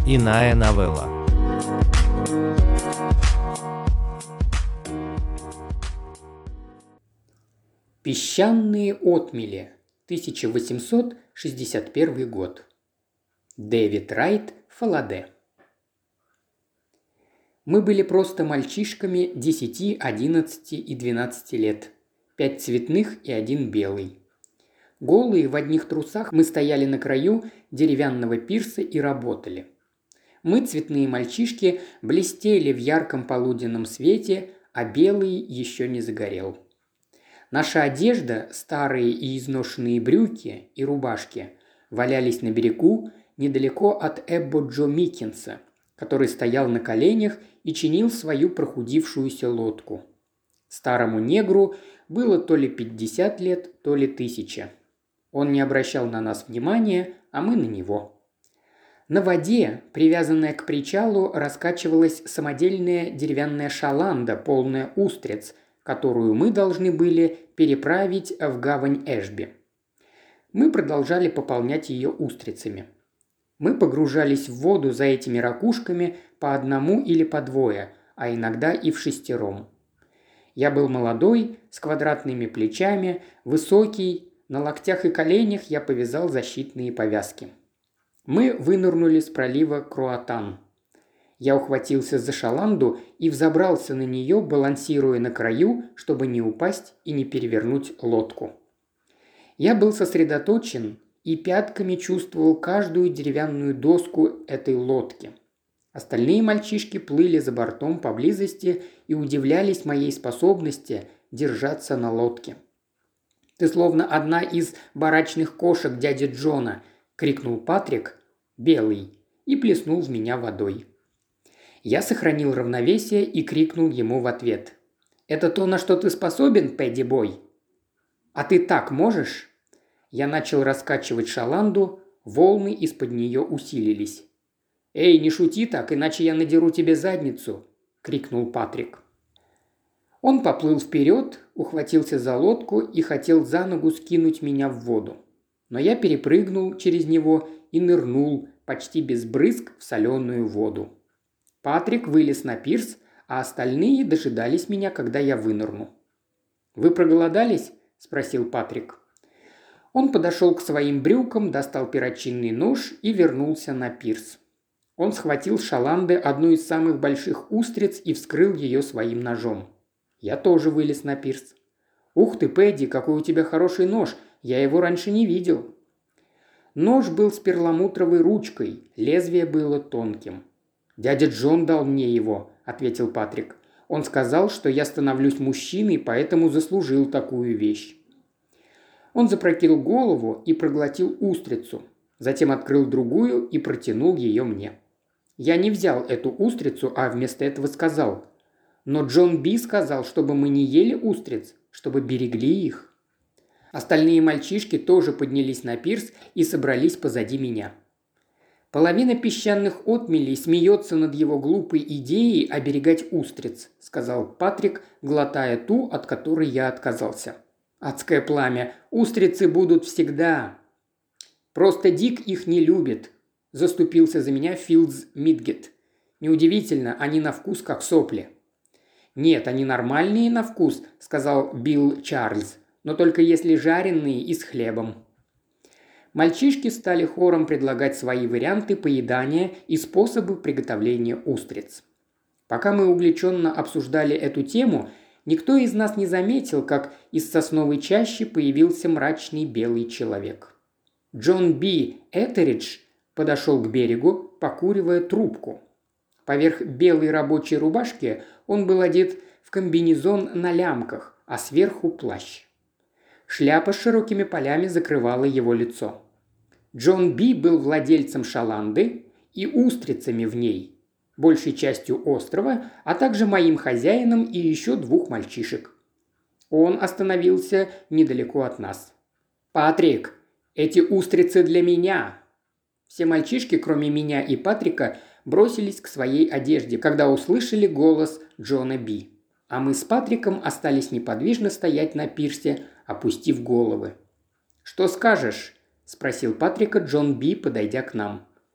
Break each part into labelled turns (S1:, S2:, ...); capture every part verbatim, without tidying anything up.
S1: Иная новелла.
S2: Песчаные отмели. тысяча восемьсот шестьдесят первый год. Дэвид Райт Фаладе. Мы были просто мальчишками десяти, одиннадцати и двенадцати лет. Пять цветных и один белый. Голые в одних трусах мы стояли на краю деревянного пирса и работали. Мы, цветные мальчишки, блестели в ярком полуденном свете, а белый еще не загорел. Наша одежда, старые и изношенные брюки и рубашки, валялись на берегу недалеко от Эббо Джо Миккенса, который стоял на коленях и чинил свою прохудившуюся лодку. Старому негру было то ли пятьдесят лет, то ли тысяча. Он не обращал на нас внимания, а мы на него. На воде, привязанная к причалу, раскачивалась самодельная деревянная шаланда, полная устриц, которую мы должны были переправить в гавань Эшби. Мы продолжали пополнять ее устрицами. Мы погружались в воду за этими ракушками по одному или по двое, а иногда и в шестером. Я был молодой, с квадратными плечами, высокий, на локтях и коленях я повязал защитные повязки. Мы вынырнули с пролива Круатан. Я ухватился за шаланду и взобрался на нее, балансируя на краю, чтобы не упасть и не перевернуть лодку. Я был сосредоточен и пятками чувствовал каждую деревянную доску этой лодки. Остальные мальчишки плыли за бортом поблизости и удивлялись моей способности держаться на лодке. «Ты словно одна из барачных кошек дяди Джона!» – крикнул Патрик, белый, и плеснул в меня водой. Я сохранил равновесие и крикнул ему в ответ. «Это то, на что ты способен, Пэдди-бой? А ты так можешь?» Я начал раскачивать шаланду, волны из-под нее усилились. «Эй, не шути так, иначе я надеру тебе задницу!» – крикнул Патрик. Он поплыл вперед, ухватился за лодку и хотел за ногу скинуть меня в воду. Но я перепрыгнул через него и нырнул, почти без брызг, в соленую воду. Патрик вылез на пирс, а остальные дожидались меня, когда я вынырну. «Вы проголодались?» – спросил Патрик. Он подошел к своим брюкам, достал перочинный нож и вернулся на пирс. Он схватил с шаланды одну из самых больших устриц и вскрыл ее своим ножом. Я тоже вылез на пирс. «Ух ты, Пэдди, какой у тебя хороший нож! Я его раньше не видел!» Нож был с перламутровой ручкой, лезвие было тонким. «Дядя Джон дал мне его», – ответил Патрик. «Он сказал, что я становлюсь мужчиной, поэтому заслужил такую вещь». Он запрокинул голову и проглотил устрицу, затем открыл другую и протянул ее мне. Я не взял эту устрицу, а вместо этого сказал: «Но Джон Би сказал, чтобы мы не ели устриц, чтобы берегли их». Остальные мальчишки тоже поднялись на пирс и собрались позади меня. «Половина песчаных отмелей смеется над его глупой идеей оберегать устриц», – сказал Патрик, глотая ту, от которой я отказался. «Адское пламя! Устрицы будут всегда!» «Просто Дик их не любит», – заступился за меня Филдс Мидгет. «Неудивительно, они на вкус как сопли». «Нет, они нормальные на вкус», – сказал Билл Чарльз, «но только если жареные и с хлебом». Мальчишки стали хором предлагать свои варианты поедания и способы приготовления устриц. Пока мы увлеченно обсуждали эту тему, никто из нас не заметил, как из сосновой чащи появился мрачный белый человек. Джон Би Этеридж подошел к берегу, покуривая трубку. Поверх белой рабочей рубашки он был одет в комбинезон на лямках, а сверху плащ. Шляпа с широкими полями закрывала его лицо. Джон Би был владельцем шаланды и устрицами в ней, большей частью острова, а также моим хозяином и еще двух мальчишек. Он остановился недалеко от нас. «Патрик, эти устрицы для меня!» Все мальчишки, кроме меня и Патрика, бросились к своей одежде, когда услышали голос Джона Би. А мы с Патриком остались неподвижно стоять на пирсе, опустив головы. «Что скажешь?» – спросил Патрика Джон Би, подойдя к нам.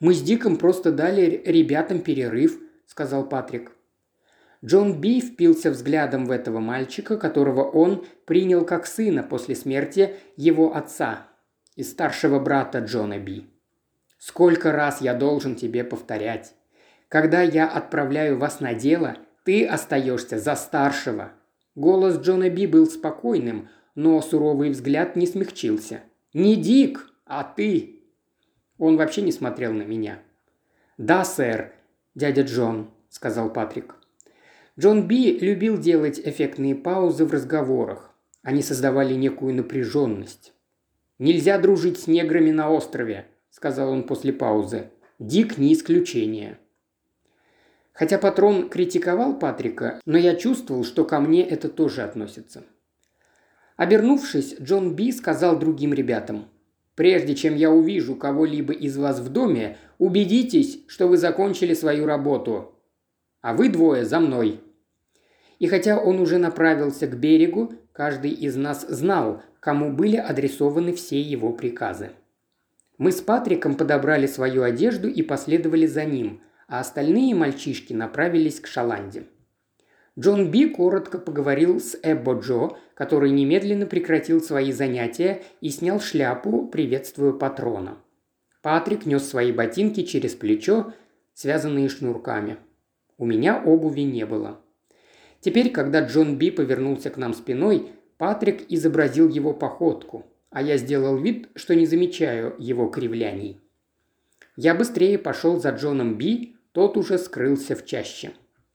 S2: «Мы с Диком просто дали ребятам перерыв», – сказал Патрик. Джон Би впился взглядом в этого мальчика, которого он принял как сына после смерти его отца и старшего брата Джона Би. «Сколько раз я должен тебе повторять? Когда я отправляю вас на дело, ты остаешься за старшего». Голос Джона Би был спокойным, но суровый взгляд не смягчился. «Не Дик, а ты!» Он вообще не смотрел на меня. «Да, сэр, дядя Джон», – сказал Патрик. Джон Би любил делать эффектные паузы в разговорах. Они создавали некую напряженность. «Нельзя дружить с неграми на острове», – сказал он после паузы. «Дик не исключение». Хотя патрон критиковал Патрика, но я чувствовал, что ко мне это тоже относится. Обернувшись, Джон Би сказал другим ребятам: «Прежде чем я увижу кого-либо из вас в доме, убедитесь, что вы закончили свою работу. А вы двое за мной». И хотя он уже направился к берегу, каждый из нас знал, кому были адресованы все его приказы. Мы с Патриком подобрали свою одежду и последовали за ним, а остальные мальчишки направились к Шаланде. Джон Би коротко поговорил с Эббо Джо, который немедленно прекратил свои занятия и снял шляпу, приветствуя патрона. Патрик нес свои ботинки через плечо, связанные шнурками. У меня обуви не было. Теперь, когда Джон Би повернулся к нам спиной, Патрик изобразил его походку, а я сделал вид, что не замечаю его кривляний. Я быстрее пошел за Джоном Би, тот уже скрылся в чаще.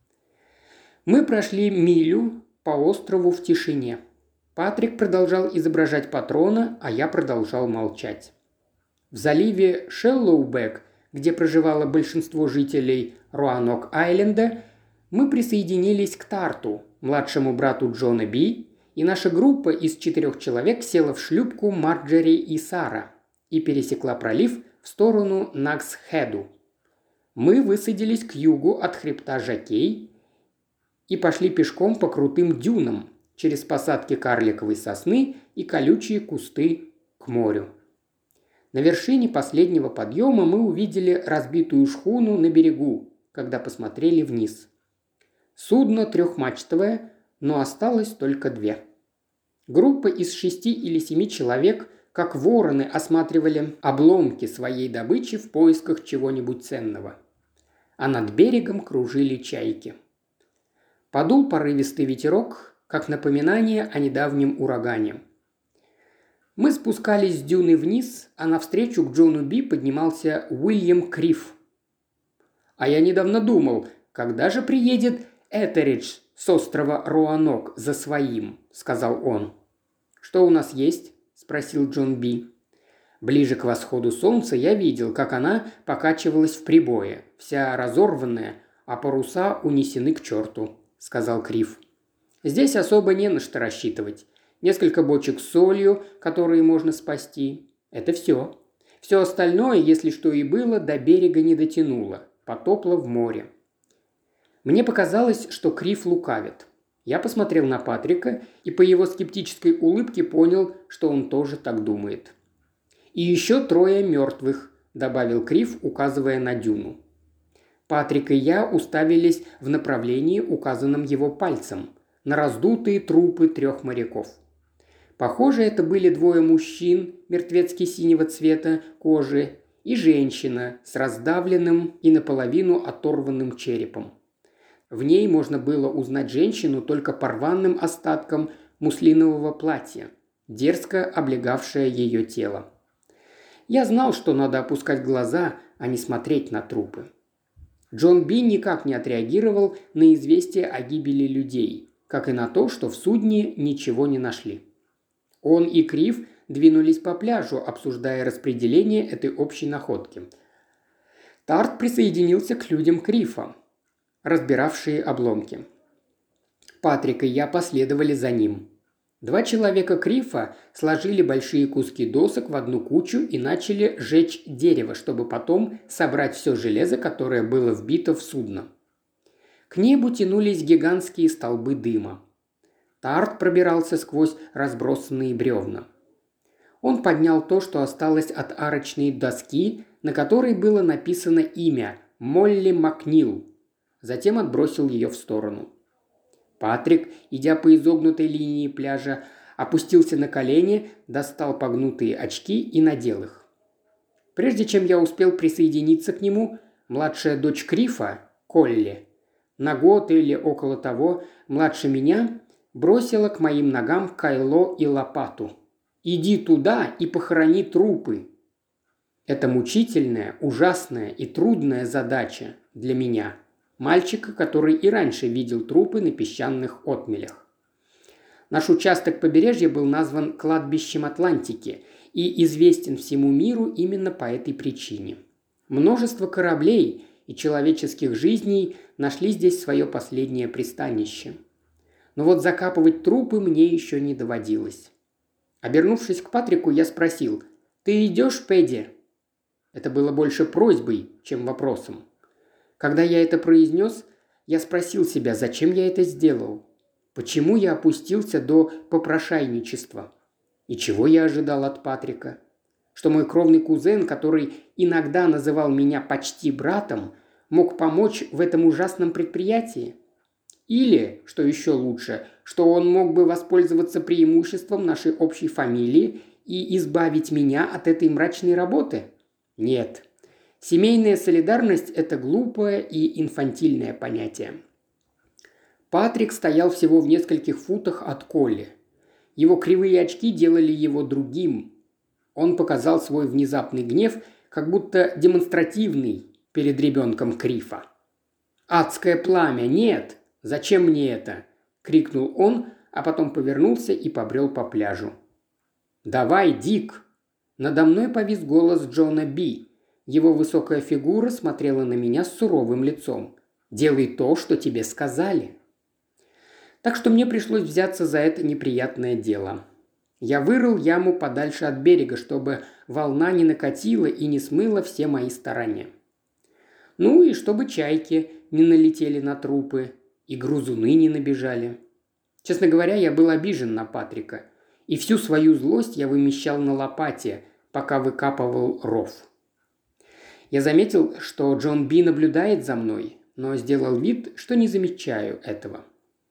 S2: Мы прошли милю по острову в тишине. Патрик продолжал изображать патрона, а я продолжал молчать. В заливе Шеллоубек, где проживало большинство жителей Руанок-Айленда, мы присоединились к Тарту, младшему брату Джона Би, и наша группа из четырех человек села в шлюпку Марджери и Сара и пересекла пролив в сторону Накс-Хеду. Мы высадились к югу от хребта Жакей и пошли пешком по крутым дюнам, через посадки карликовой сосны и колючие кусты к морю. На вершине последнего подъема мы увидели разбитую шхуну на берегу, когда посмотрели вниз. Судно трехмачтовое, но осталось только две. Группа из шести или семи человек, как вороны, осматривали обломки своей добычи в поисках чего-нибудь ценного. А над берегом кружили чайки. Подул порывистый ветерок, как напоминание о недавнем урагане. Мы спускались с дюны вниз, а навстречу к Джону Би поднимался Уильям Криф. «А я недавно думал, когда же приедет Этеридж с острова Руанок за своим», – сказал он. «Что у нас есть?» – спросил Джон Би. Ближе к восходу солнца я видел, как она покачивалась в прибое, вся разорванная, а паруса унесены к черту, – сказал Криф. «Здесь особо не на что рассчитывать. Несколько бочек с солью, которые можно спасти. Это все. Все остальное, если что и было, до берега не дотянуло, потопло в море». Мне показалось, что Криф лукавит. Я посмотрел на Патрика и по его скептической улыбке понял, что он тоже так думает. «И еще трое мертвых», – добавил Криф, указывая на дюну. Патрик и я уставились в направлении, указанном его пальцем, на раздутые трупы трех моряков. Похоже, это были двое мужчин мертвецки синего цвета кожи и женщина с раздавленным и наполовину оторванным черепом. В ней можно было узнать женщину только по рваным остаткам муслинового платья, дерзко облегавшее ее тело. Я знал, что надо опускать глаза, а не смотреть на трупы. Джон Би никак не отреагировал на известие о гибели людей, как и на то, что в судне ничего не нашли. Он и Криф двинулись по пляжу, обсуждая распределение этой общей находки. Тарт присоединился к людям Крифа, разбиравшие обломки. Патрик и я последовали за ним. Два человека Крифа сложили большие куски досок в одну кучу и начали жечь дерево, чтобы потом собрать все железо, которое было вбито в судно. К небу тянулись гигантские столбы дыма. Тарт пробирался сквозь разбросанные бревна. Он поднял то, что осталось от арочной доски, на которой было написано имя Молли Макнил. Затем отбросил ее в сторону. Патрик, идя по изогнутой линии пляжа, опустился на колени, достал погнутые очки и надел их. Прежде чем я успел присоединиться к нему, младшая дочь Крифа, Колли, на год или около того, младше меня, бросила к моим ногам кайло и лопату. «Иди туда и похорони трупы». Это мучительная, ужасная и трудная задача для меня, мальчика, который и раньше видел трупы на песчаных отмелях. Наш участок побережья был назван кладбищем Атлантики и известен всему миру именно по этой причине. Множество кораблей и человеческих жизней нашли здесь свое последнее пристанище. Но вот закапывать трупы мне еще не доводилось. Обернувшись к Патрику, я спросил: «Ты идешь, Пэдди?» Это было больше просьбой, чем вопросом. Когда я это произнес, я спросил себя, зачем я это сделал. Почему я опустился до попрошайничества? И чего я ожидал от Патрика? Что мой кровный кузен, который иногда называл меня почти братом, мог помочь в этом ужасном предприятии? Или, что еще лучше, что он мог бы воспользоваться преимуществом нашей общей фамилии и избавить меня от этой мрачной работы? Нет. Семейная солидарность – это глупое и инфантильное понятие. Патрик стоял всего в нескольких футах от Колли. Его кривые очки делали его другим. Он показал свой внезапный гнев, как будто демонстративный перед ребенком Крифа. «Адское пламя! Нет! Зачем мне это?» – крикнул он, а потом повернулся и побрел по пляжу. «Давай, Дик!» Надо мной повис голос Джона Би. Его высокая фигура смотрела на меня с суровым лицом. «Делай то, что тебе сказали». Так что мне пришлось взяться за это неприятное дело. Я вырыл яму подальше от берега, чтобы волна не накатила и не смыла все мои старания. Ну и чтобы чайки не налетели на трупы и грузуны не набежали. Честно говоря, я был обижен на Патрика, и всю свою злость я вымещал на лопате, пока выкапывал ров. Я заметил, что Джон Би наблюдает за мной, но сделал вид, что не замечаю этого.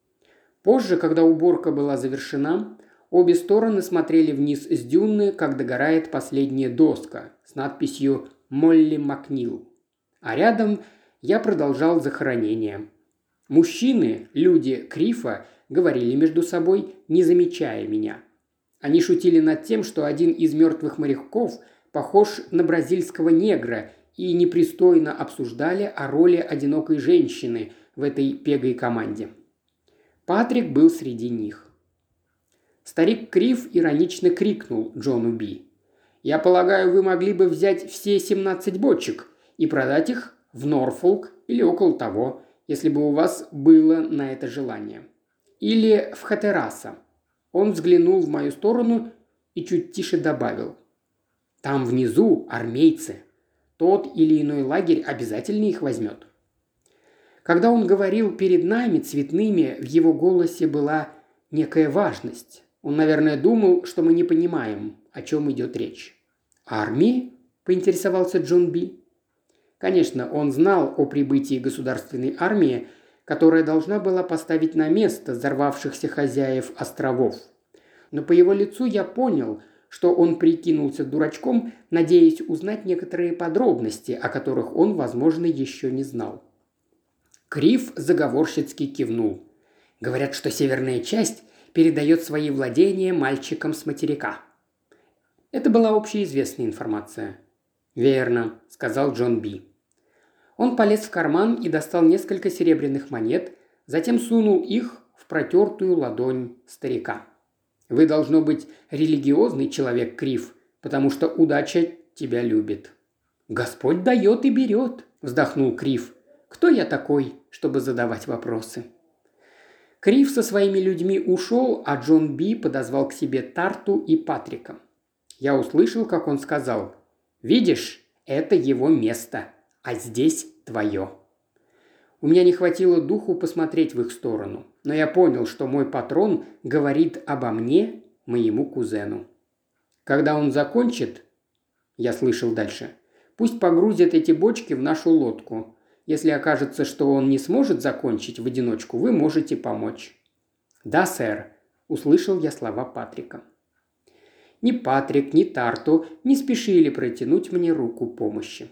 S2: Позже, когда уборка была завершена, обе стороны смотрели вниз с дюны, как догорает последняя доска с надписью «Молли Макнил». А рядом я продолжал захоронение. Мужчины, люди Крифа, говорили между собой, не замечая меня. Они шутили над тем, что один из мертвых моряков похож на бразильского негра, и непристойно обсуждали о роли одинокой женщины в этой пегой команде. Патрик был среди них. Старик Криф иронично крикнул Джону Би: «Я полагаю, вы могли бы взять все семнадцать бочек и продать их в Норфолк или около того, если бы у вас было на это желание. Или в Хатераса». Он взглянул в мою сторону и чуть тише добавил: «Там внизу армейцы. Тот или иной лагерь обязательно их возьмет». Когда он говорил перед нами цветными, в его голосе была некая важность. Он, наверное, думал, что мы не понимаем, о чем идет речь. «Армии?» – поинтересовался Джон Би. Конечно, он знал о прибытии государственной армии, которая должна была поставить на место взорвавшихся хозяев островов. Но по его лицу я понял, что он прикинулся дурачком, надеясь узнать некоторые подробности, о которых он, возможно, еще не знал. Криф заговорщицки кивнул. «Говорят, что северная часть передает свои владения мальчикам с материка». Это была общеизвестная информация. «Верно», – сказал Джон Би. Он полез в карман и достал несколько серебряных монет, затем сунул их в протертую ладонь старика. «Вы, должно быть, религиозный человек, Криф, потому что удача тебя любит». «Господь дает и берет», – вздохнул Криф. «Кто я такой, чтобы задавать вопросы?» Криф со своими людьми ушел, а Джон Би подозвал к себе Тарту и Патрика. Я услышал, как он сказал: «Видишь, это его место, а здесь твое». У меня не хватило духу посмотреть в их сторону, но я понял, что мой патрон говорит обо мне, моему кузену. Когда он закончит, я слышал дальше, пусть погрузят эти бочки в нашу лодку. Если окажется, что он не сможет закончить в одиночку, вы можете помочь». «Да, сэр», – услышал я слова Патрика. Ни Патрик, ни Тарту не спешили протянуть мне руку помощи.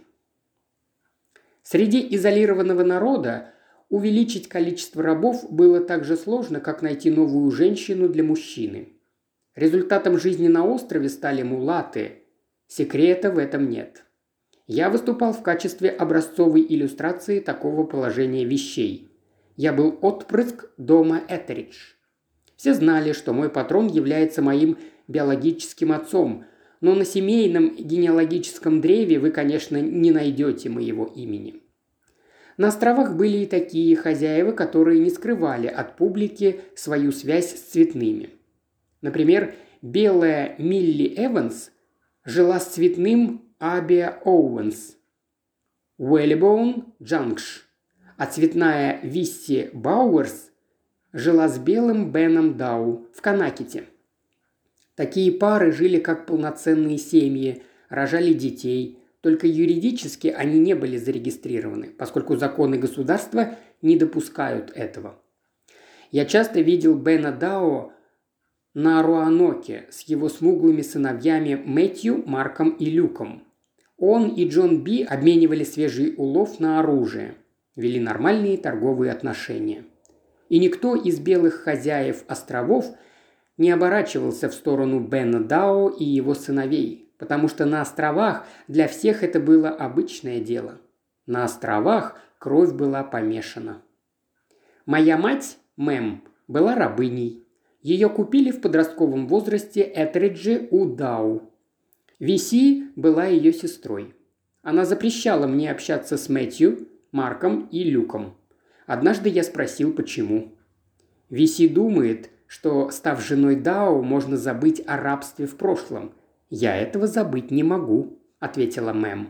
S2: Среди изолированного народа увеличить количество рабов было так же сложно, как найти новую женщину для мужчины. Результатом жизни на острове стали мулаты. Секрета в этом нет. Я выступал в качестве образцовой иллюстрации такого положения вещей. Я был отпрыск дома Этеридж. Все знали, что мой патрон является моим биологическим отцом, но на семейном генеалогическом древе вы, конечно, не найдете моего имени. На островах были и такие хозяева, которые не скрывали от публики свою связь с цветными. Например, белая Милли Эванс жила с цветным Абиа Оуэнс в Уэллибоун Джанкш, а цветная Висси Бауэрс жила с белым Беном Дау в Канакете. Такие пары жили как полноценные семьи, рожали детей, только юридически они не были зарегистрированы, поскольку законы государства не допускают этого. Я часто видел Бена Дао на Руаноке с его смуглыми сыновьями Мэтью, Марком и Люком. Он и Джон Би обменивали свежий улов на оружие, вели нормальные торговые отношения. И никто из белых хозяев островов не оборачивался в сторону Бена Дао и его сыновей, потому что на островах для всех это было обычное дело. На островах кровь была помешана. Моя мать, Мэм, была рабыней. Ее купили в подростковом возрасте Этериджи у Дау. Виси была ее сестрой. Она запрещала мне общаться с Мэтью, Марком и Люком. Однажды я спросил, почему. Виси думает, что, став женой Дау, можно забыть о рабстве в прошлом. «Я этого забыть не могу», – ответила Мэм.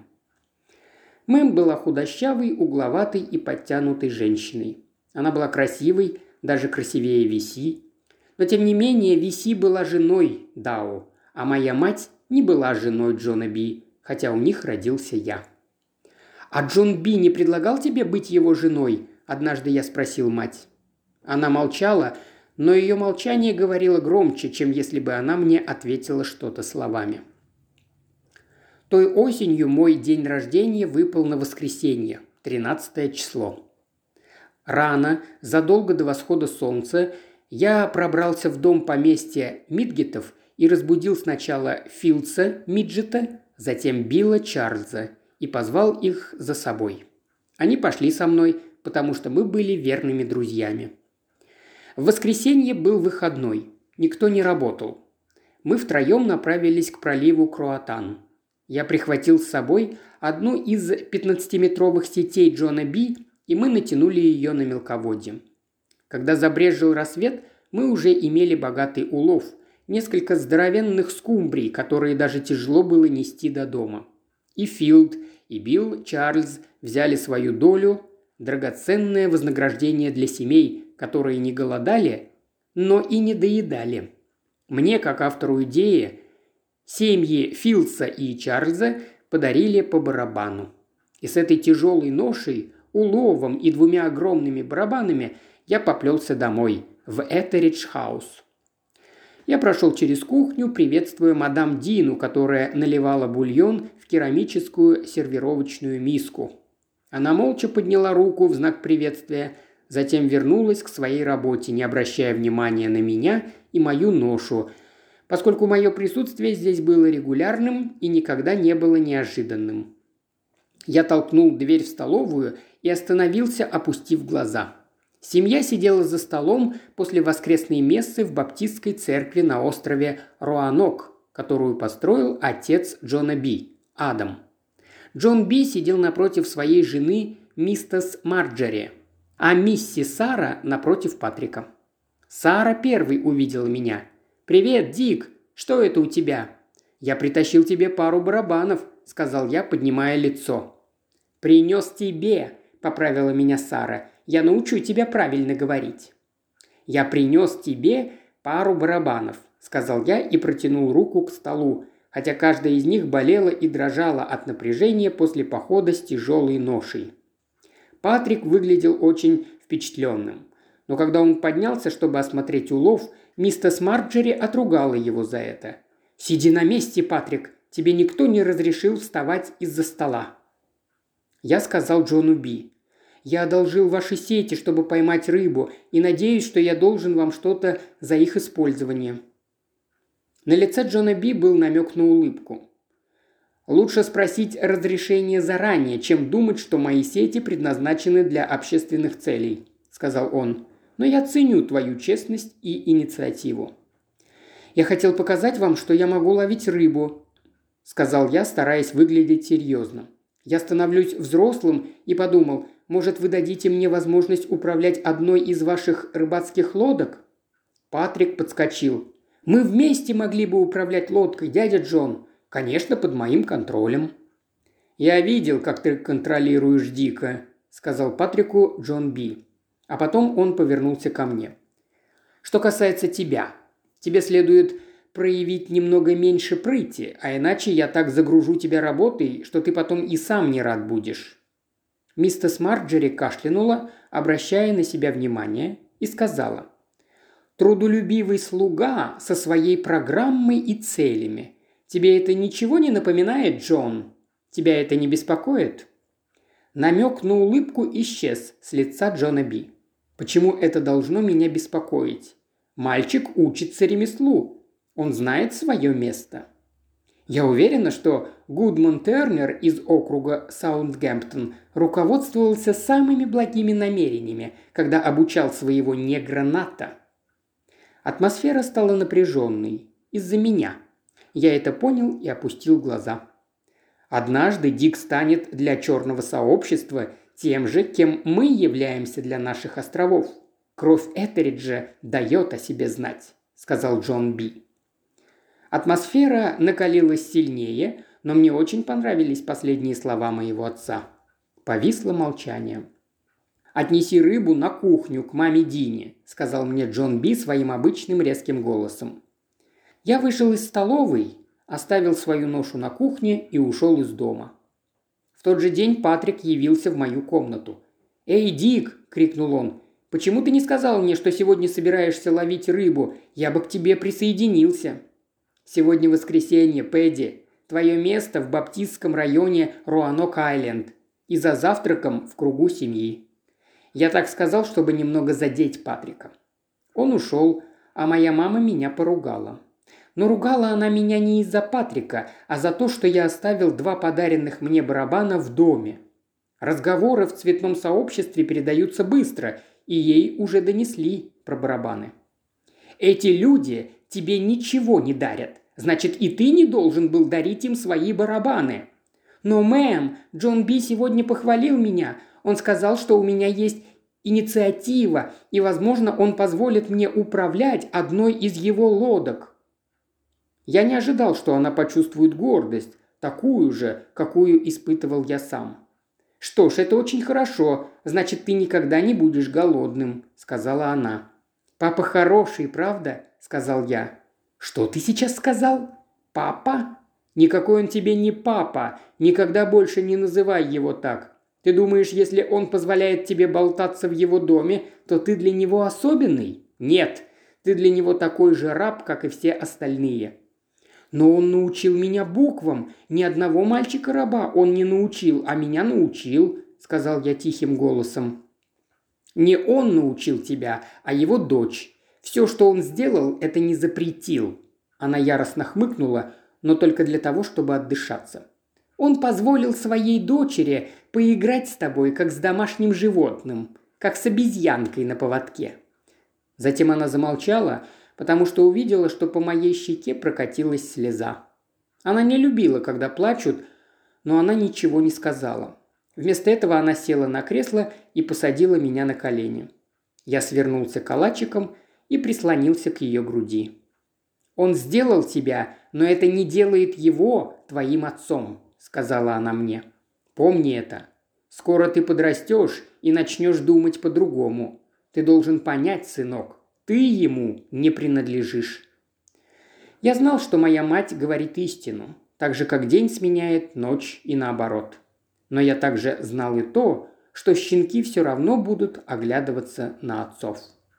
S2: Мэм была худощавой, угловатой и подтянутой женщиной. Она была красивой, даже красивее Виси. Но тем не менее Виси была женой Дау, а моя мать не была женой Джона Би, хотя у них родился я. «А Джон Би не предлагал тебе быть его женой?» – однажды я спросил мать. Она молчала, но ее молчание говорило громче, чем если бы она мне ответила что-то словами. Той осенью мой день рождения выпал на воскресенье, тринадцатое число. Рано, задолго до восхода солнца, я пробрался в дом поместья Мидгетов и разбудил сначала Филдса Миджета, затем Билла Чарльза и позвал их за собой. Они пошли со мной, потому что мы были верными друзьями. В воскресенье был выходной, никто не работал. Мы втроем направились к проливу Круатан. Я прихватил с собой одну из пятнадцатиметровых сетей Джона Би, и мы натянули ее на мелководье. Когда забрезжил рассвет, мы уже имели богатый улов, несколько здоровенных скумбрий, которые даже тяжело было нести до дома. И Филд, и Билл Чарльз взяли свою долю, драгоценное вознаграждение для семей, которые не голодали, но и не доедали. Мне, как автору идеи, семьи Филдса и Чарльза подарили по барабану. И с этой тяжелой ношей, уловом и двумя огромными барабанами я поплелся домой, в Этеридж-хаус. Я прошел через кухню, приветствуя мадам Дину, которая наливала бульон в керамическую сервировочную миску. Она молча подняла руку в знак приветствия, затем вернулась к своей работе, не обращая внимания на меня и мою ношу, поскольку мое присутствие здесь было регулярным и никогда не было неожиданным. Я толкнул дверь в столовую и остановился, опустив глаза. Семья сидела за столом после воскресной мессы в баптистской церкви на острове Руанок, которую построил отец Джона Би, Адам. Джон Би сидел напротив своей жены миссис Марджери, а мисси Сара напротив Патрика. Сара первой увидела меня. «Привет, Дик! Что это у тебя?» «Я притащил тебе пару барабанов», – сказал я, поднимая лицо. «Принес тебе», – поправила меня Сара. «Я научу тебя правильно говорить». «Я принес тебе пару барабанов», – сказал я и протянул руку к столу, хотя каждая из них болела и дрожала от напряжения после похода с тяжелой ношей. Патрик выглядел очень впечатленным. Но когда он поднялся, чтобы осмотреть улов, миссис Марджери отругала его за это. «Сиди на месте, Патрик, тебе никто не разрешил вставать из-за стола». Я сказал Джону Би: «Я одолжил ваши сети, чтобы поймать рыбу, и надеюсь, что я должен вам что-то за их использование». На лице Джона Би был намек на улыбку. «Лучше спросить разрешение заранее, чем думать, что мои сети предназначены для общественных целей», – сказал он. «Но я ценю твою честность и инициативу». «Я хотел показать вам, что я могу ловить рыбу», – сказал я, стараясь выглядеть серьезно. «Я становлюсь взрослым и подумал, может, вы дадите мне возможность управлять одной из ваших рыбацких лодок?» Патрик подскочил. «Мы вместе могли бы управлять лодкой, дядя Джон. Конечно, под моим контролем». «Я видел, как ты контролируешь Дика», – сказал Патрику Джон Би. А потом он повернулся ко мне. «Что касается тебя, тебе следует проявить немного меньше прыти, а иначе я так загружу тебя работой, что ты потом и сам не рад будешь». Миссис Марджери кашлянула, обращая на себя внимание, и сказала: «Трудолюбивый слуга со своей программой и целями. Тебе это ничего не напоминает, Джон? Тебя это не беспокоит?» Намек на улыбку исчез с лица Джона Би. «Почему это должно меня беспокоить? Мальчик учится ремеслу. Он знает свое место». Я уверена, что Гудман Тернер из округа Саутгемптон руководствовался самыми благими намерениями, когда обучал своего негра Ната. Атмосфера стала напряженной. Из-за меня. Я это понял и опустил глаза. Однажды Дик станет для черного сообщества тем же, кем мы являемся для наших островов. Кровь Этериджа дает о себе знать, сказал Джон Би. Атмосфера накалилась сильнее, но мне очень понравились последние слова моего отца. Повисло молчание. «Отнеси рыбу на кухню к маме Дине», – сказал мне Джон Би своим обычным резким голосом. Я вышел из столовой, оставил свою ношу на кухне и ушел из дома. В тот же день Патрик явился в мою комнату. «Эй, Дик!» – крикнул он. «Почему ты не сказал мне, что сегодня собираешься ловить рыбу? Я бы к тебе присоединился». «Сегодня воскресенье, Пэдди. Твое место в баптистском районе Руанок-Айленд. И за завтраком в кругу семьи». Я так сказал, чтобы немного задеть Патрика. Он ушел, а моя мама меня поругала. Но ругала она меня не из-за Патрика, а за то, что я оставил два подаренных мне барабана в доме. Разговоры в цветном сообществе передаются быстро, и ей уже донесли про барабаны. «Эти люди тебе ничего не дарят. Значит, и ты не должен был дарить им свои барабаны». «Но, мэм, Джон Би сегодня похвалил меня. Он сказал, что у меня есть инициатива, и, возможно, он позволит мне управлять одной из его лодок». Я не ожидал, что она почувствует гордость, такую же, какую испытывал я сам. «Что ж, это очень хорошо. Значит, ты никогда не будешь голодным», – сказала она. «Папа хороший, правда?» – сказал я. «Что ты сейчас сказал? Папа? Никакой он тебе не папа. Никогда больше не называй его так. Ты думаешь, если он позволяет тебе болтаться в его доме, то ты для него особенный? Нет, ты для него такой же раб, как и все остальные». «Но он научил меня буквам. Ни одного мальчика-раба он не научил, а меня научил», – сказал я тихим голосом. «Не он научил тебя, а его дочь. Все, что он сделал, это не запретил». Она яростно хмыкнула, но только для того, чтобы отдышаться. «Он позволил своей дочери поиграть с тобой, как с домашним животным, как с обезьянкой на поводке». Затем она замолчала, потому что увидела, что по моей щеке прокатилась слеза. Она не любила, когда плачут, но она ничего не сказала. Вместо этого она села на кресло и посадила меня на колени. Я свернулся калачиком и прислонился к ее груди. «Он сделал тебя, но это не делает его твоим отцом», – сказала она мне. «Помни это. Скоро ты подрастешь и начнешь думать по-другому. Ты должен понять, сынок, ты ему не принадлежишь». Я знал, что моя мать говорит истину, так же, как день сменяет ночь и наоборот. Но я также знал и то, что щенки все равно будут оглядываться на отцов.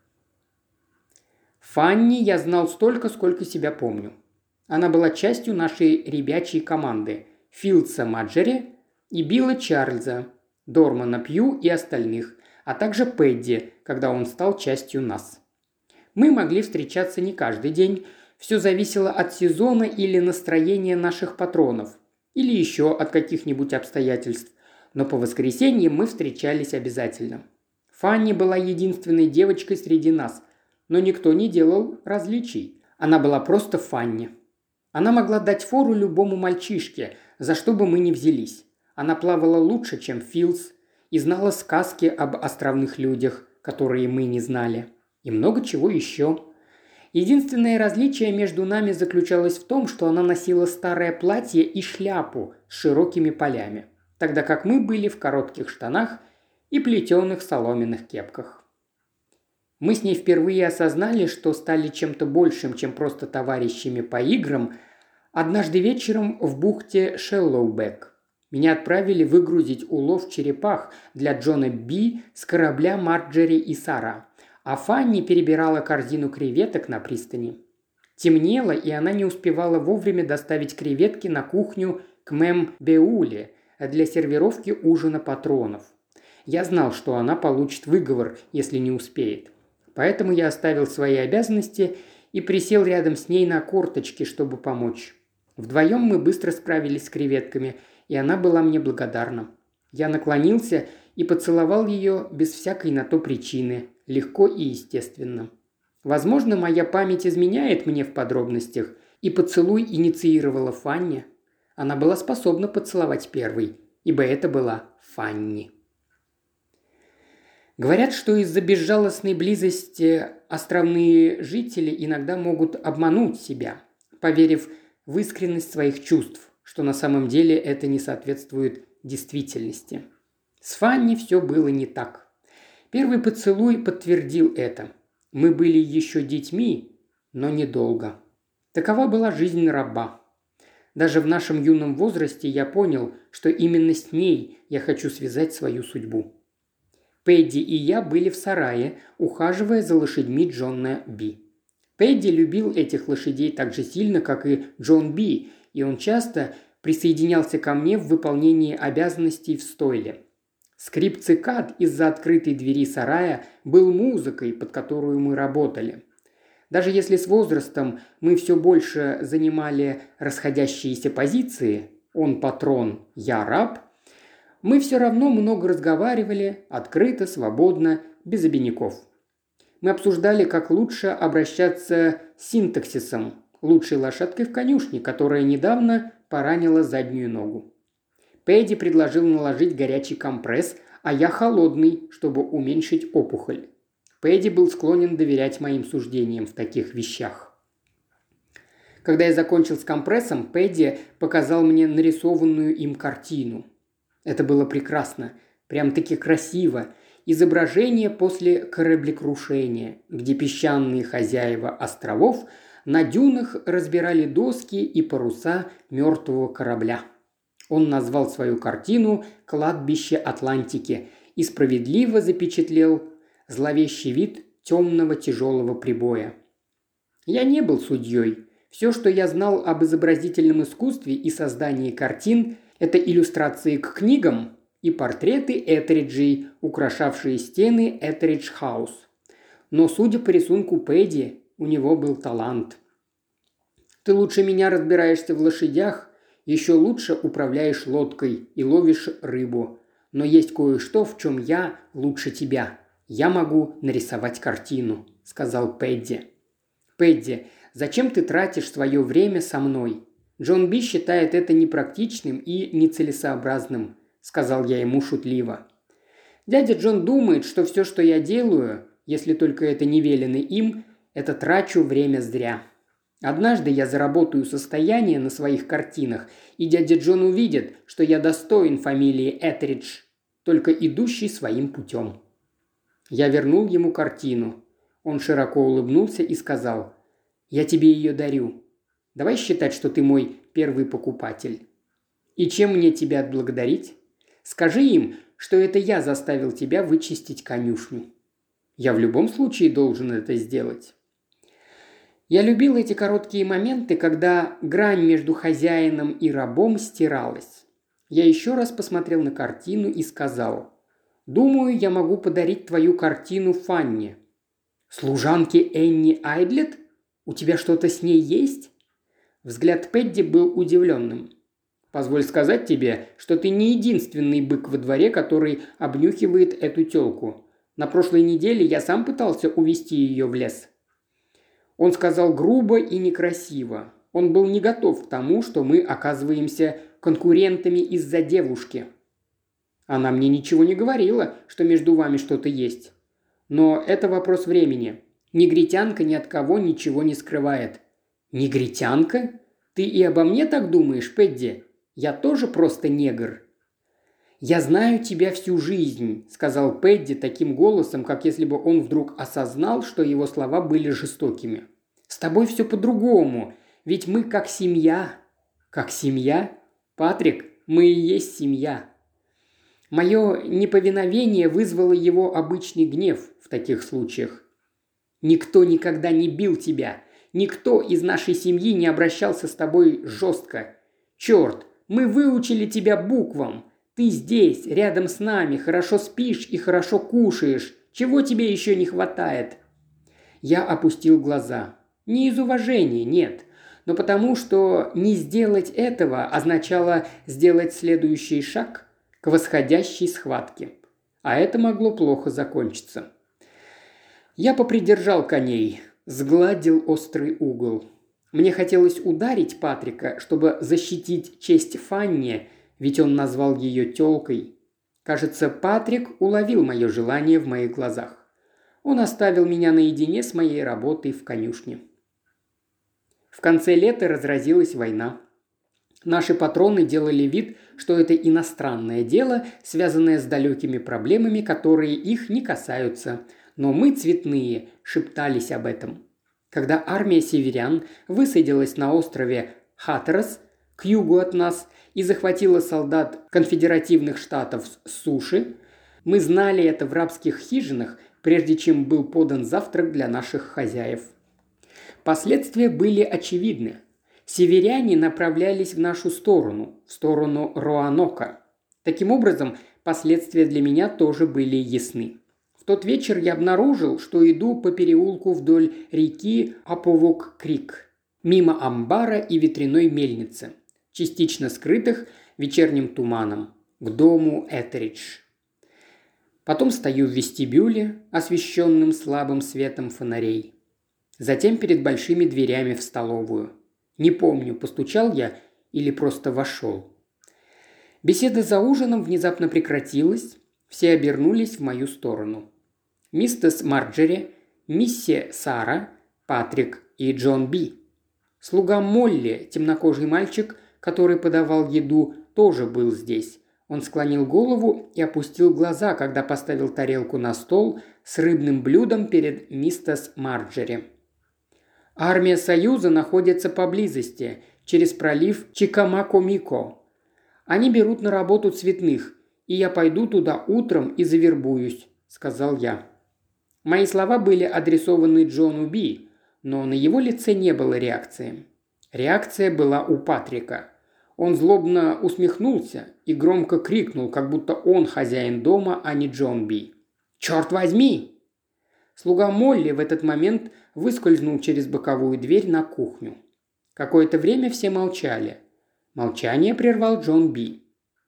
S2: Фанни я знал столько, сколько себя помню. Она была частью нашей ребячей команды – Филдса Маджери и Билла Чарльза, Дормана Пью и остальных, а также Пэдди, когда он стал частью нас. Мы могли встречаться не каждый день, все зависело от сезона или настроения наших патронов, или еще от каких-нибудь обстоятельств, но по воскресеньям мы встречались обязательно. Фанни была единственной девочкой среди нас, но никто не делал различий. Она была просто Фанни. Она могла дать фору любому мальчишке, за что бы мы ни взялись. Она плавала лучше, чем Филдс, и знала сказки об островных людях, которые мы не знали. И много чего еще. Единственное различие между нами заключалось в том, что она носила старое платье и шляпу с широкими полями, тогда как мы были в коротких штанах и плетеных соломенных кепках. Мы с ней впервые осознали, что стали чем-то большим, чем просто товарищами по играм, однажды вечером в бухте Шеллоубек. Меня отправили выгрузить улов черепах для Джона Би с корабля Марджери и Сара, а Фанни перебирала корзину креветок на пристани. Темнело, и она не успевала вовремя доставить креветки на кухню к мэм Беуле для сервировки ужина патронов. Я знал, что она получит выговор, если не успеет. Поэтому я оставил свои обязанности и присел рядом с ней на корточки, чтобы помочь. Вдвоем мы быстро справились с креветками, и она была мне благодарна. Я наклонился и поцеловал ее без всякой на то причины, легко и естественно. Возможно, моя память изменяет мне в подробностях, и поцелуй инициировала Фанни. Она была способна поцеловать первой, ибо это была Фанни. Говорят, что из-за безжалостной близости островные жители иногда могут обмануть себя, поверив в искренность своих чувств, что на самом деле это не соответствует действительности. С Фанни все было не так. Первый поцелуй подтвердил это. Мы были еще детьми, но недолго. Такова была жизнь раба. Даже в нашем юном возрасте я понял, что именно с ней я хочу связать свою судьбу. Пэдди и я были в сарае, ухаживая за лошадьми Джона Би. Пэдди любил этих лошадей так же сильно, как и Джон Би, и он часто присоединялся ко мне в выполнении обязанностей в стойле. Скрип цикад из-за открытой двери сарая был музыкой, под которую мы работали. Даже если с возрастом мы все больше занимали расходящиеся позиции, он патрон, я раб, мы все равно много разговаривали, открыто, свободно, без обиняков. Мы обсуждали, как лучше обращаться с синтаксисом, лучшей лошадкой в конюшне, которая недавно поранила заднюю ногу. Пэдди предложил наложить горячий компресс, а я холодный, чтобы уменьшить опухоль. Пэдди был склонен доверять моим суждениям в таких вещах. Когда я закончил с компрессом, Пэдди показал мне нарисованную им картину. Это было прекрасно, прям-таки красиво. Изображение после кораблекрушения, где песчаные хозяева островов на дюнах разбирали доски и паруса мертвого корабля. Он назвал свою картину «Кладбище Атлантики» и справедливо запечатлел зловещий вид темного тяжелого прибоя. Я не был судьей. Все, что я знал об изобразительном искусстве и создании картин, это иллюстрации к книгам и портреты Этериджей, украшавшие стены Этеридж-хаус. Но, судя по рисунку Пэдди, у него был талант. «Ты лучше меня разбираешься в лошадях, еще лучше управляешь лодкой и ловишь рыбу. Но есть кое-что, в чем я лучше тебя. Я могу нарисовать картину», – сказал Пэдди. «Пэдди, зачем ты тратишь свое время со мной? Джон Би считает это непрактичным и нецелесообразным», – сказал я ему шутливо. «Дядя Джон думает, что все, что я делаю, если только это не велено им, это трачу время зря. Однажды я заработаю состояние на своих картинах, и дядя Джон увидит, что я достоин фамилии Этеридж, только идущий своим путем». Я вернул ему картину. Он широко улыбнулся и сказал: «Я тебе ее дарю. Давай считать, что ты мой первый покупатель. И чем мне тебя отблагодарить? Скажи им, что это я заставил тебя вычистить конюшню. Я в любом случае должен это сделать. Я любил эти короткие моменты, когда грань между хозяином и рабом стиралась. Я еще раз посмотрел на картину и сказал: «Думаю, я могу подарить твою картину Фанне». «Служанке Энни Айдлет? У тебя что-то с ней есть?» Взгляд Пэдди был удивленным. «Позволь сказать тебе, что ты не единственный бык во дворе, который обнюхивает эту тёлку. На прошлой неделе я сам пытался увести ее в лес». Он сказал грубо и некрасиво. Он был не готов к тому, что мы оказываемся конкурентами из-за девушки. Она мне ничего не говорила, что между вами что-то есть. Но это вопрос времени. Негритянка ни от кого ничего не скрывает. Негритянка? Ты и обо мне так думаешь, Пэдди? Я тоже просто негр. «Я знаю тебя всю жизнь», – сказал Пэдди таким голосом, как если бы он вдруг осознал, что его слова были жестокими. «С тобой все по-другому, ведь мы как семья». «Как семья? Патрик, мы и есть семья». Мое неповиновение вызвало его обычный гнев в таких случаях. «Никто никогда не бил тебя. Никто из нашей семьи не обращался с тобой жестко. Черт, мы выучили тебя буквам. Ты здесь, рядом с нами, хорошо спишь и хорошо кушаешь. Чего тебе еще не хватает?» Я опустил глаза. Не из уважения, нет, но потому что не сделать этого означало сделать следующий шаг к восходящей схватке. А это могло плохо закончиться. Я попридержал коней, сгладил острый угол. Мне хотелось ударить Патрика, чтобы защитить честь Фанни, ведь он назвал ее тёлкой. Кажется, Патрик уловил мое желание в моих глазах. Он оставил меня наедине с моей работой в конюшне. В конце лета разразилась война. Наши патроны делали вид, что это иностранное дело, связанное с далекими проблемами, которые их не касаются. Но мы, цветные, шептались об этом. Когда армия северян высадилась на острове Хаттерас к югу от нас и захватила солдат конфедеративных штатов с суши, мы знали это в рабских хижинах, прежде чем был подан завтрак для наших хозяев. Последствия были очевидны. Северяне направлялись в нашу сторону, в сторону Роанока. Таким образом, последствия для меня тоже были ясны. В тот вечер я обнаружил, что иду по переулку вдоль реки Аповок-Крик, мимо амбара и ветряной мельницы, частично скрытых вечерним туманом, к дому Этеридж. Потом стою в вестибюле, освещенном слабым светом фонарей. Затем перед большими дверями в столовую. Не помню, постучал я или просто вошел. Беседа за ужином внезапно прекратилась, все обернулись в мою сторону. Миссис Марджери, миссис Сара, Патрик и Джон Би. Слуга Молли, темнокожий мальчик, который подавал еду, тоже был здесь. Он склонил голову и опустил глаза, когда поставил тарелку на стол с рыбным блюдом перед миссис Марджери. «Армия Союза находится поблизости, через пролив Чикамако-Мико. Они берут на работу цветных, и я пойду туда утром и завербуюсь», – сказал я. Мои слова были адресованы Джону Би, но на его лице не было реакции. Реакция была у Патрика. Он злобно усмехнулся и громко крикнул, как будто он хозяин дома, а не Джон Би. «Черт возьми!» Слуга Молли в этот момент выскользнул через боковую дверь на кухню. Какое-то время все молчали. Молчание прервал Джон Би.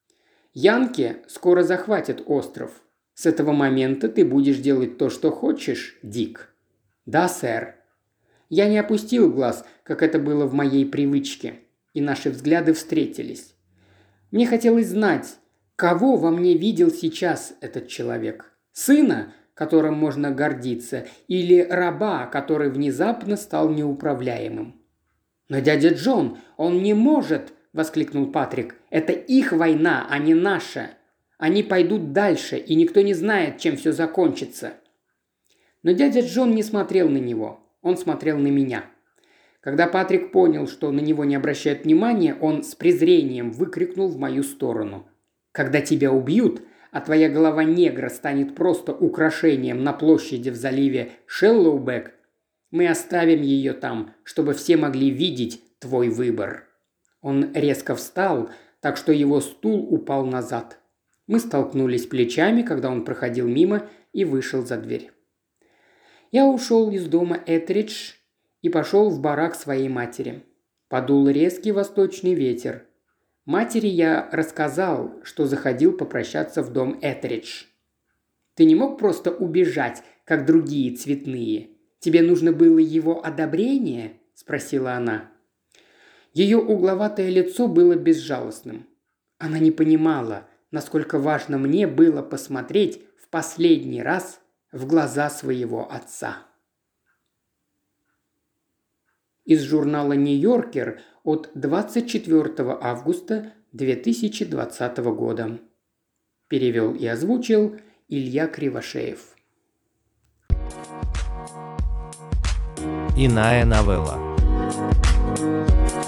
S2: «Янки скоро захватят остров. С этого момента ты будешь делать то, что хочешь, Дик». «Да, сэр». Я не опустил глаз, как это было в моей привычке, и наши взгляды встретились. Мне хотелось знать, кого во мне видел сейчас этот человек. Сына, которым можно гордиться, или раба, который внезапно стал неуправляемым. «Но дядя Джон, он не может!» – воскликнул Патрик. «Это их война, а не наша. Они пойдут дальше, и никто не знает, чем все закончится». Но дядя Джон не смотрел на него. Он смотрел на меня. Когда Патрик понял, что на него не обращают внимания, он с презрением выкрикнул в мою сторону. «Когда тебя убьют, а твоя голова негра станет просто украшением на площади в заливе Шеллоубек, мы оставим ее там, чтобы все могли видеть твой выбор». Он резко встал, так что его стул упал назад. Мы столкнулись плечами, когда он проходил мимо и вышел за дверь. Я ушел из дома Этридж и пошел в барак своей матери. Подул резкий восточный ветер. Матери я рассказал, что заходил попрощаться в дом Этридж. «Ты не мог просто убежать, как другие цветные? Тебе нужно было его одобрение?» – спросила она. Ее угловатое лицо было безжалостным. Она не понимала, насколько важно мне было посмотреть в последний раз в глаза своего отца. Из журнала «Нью-Йоркер» от двадцать четвёртого августа две тысячи двадцатого года. Перевел и озвучил Илья Кривошеев.
S1: Иная новелла.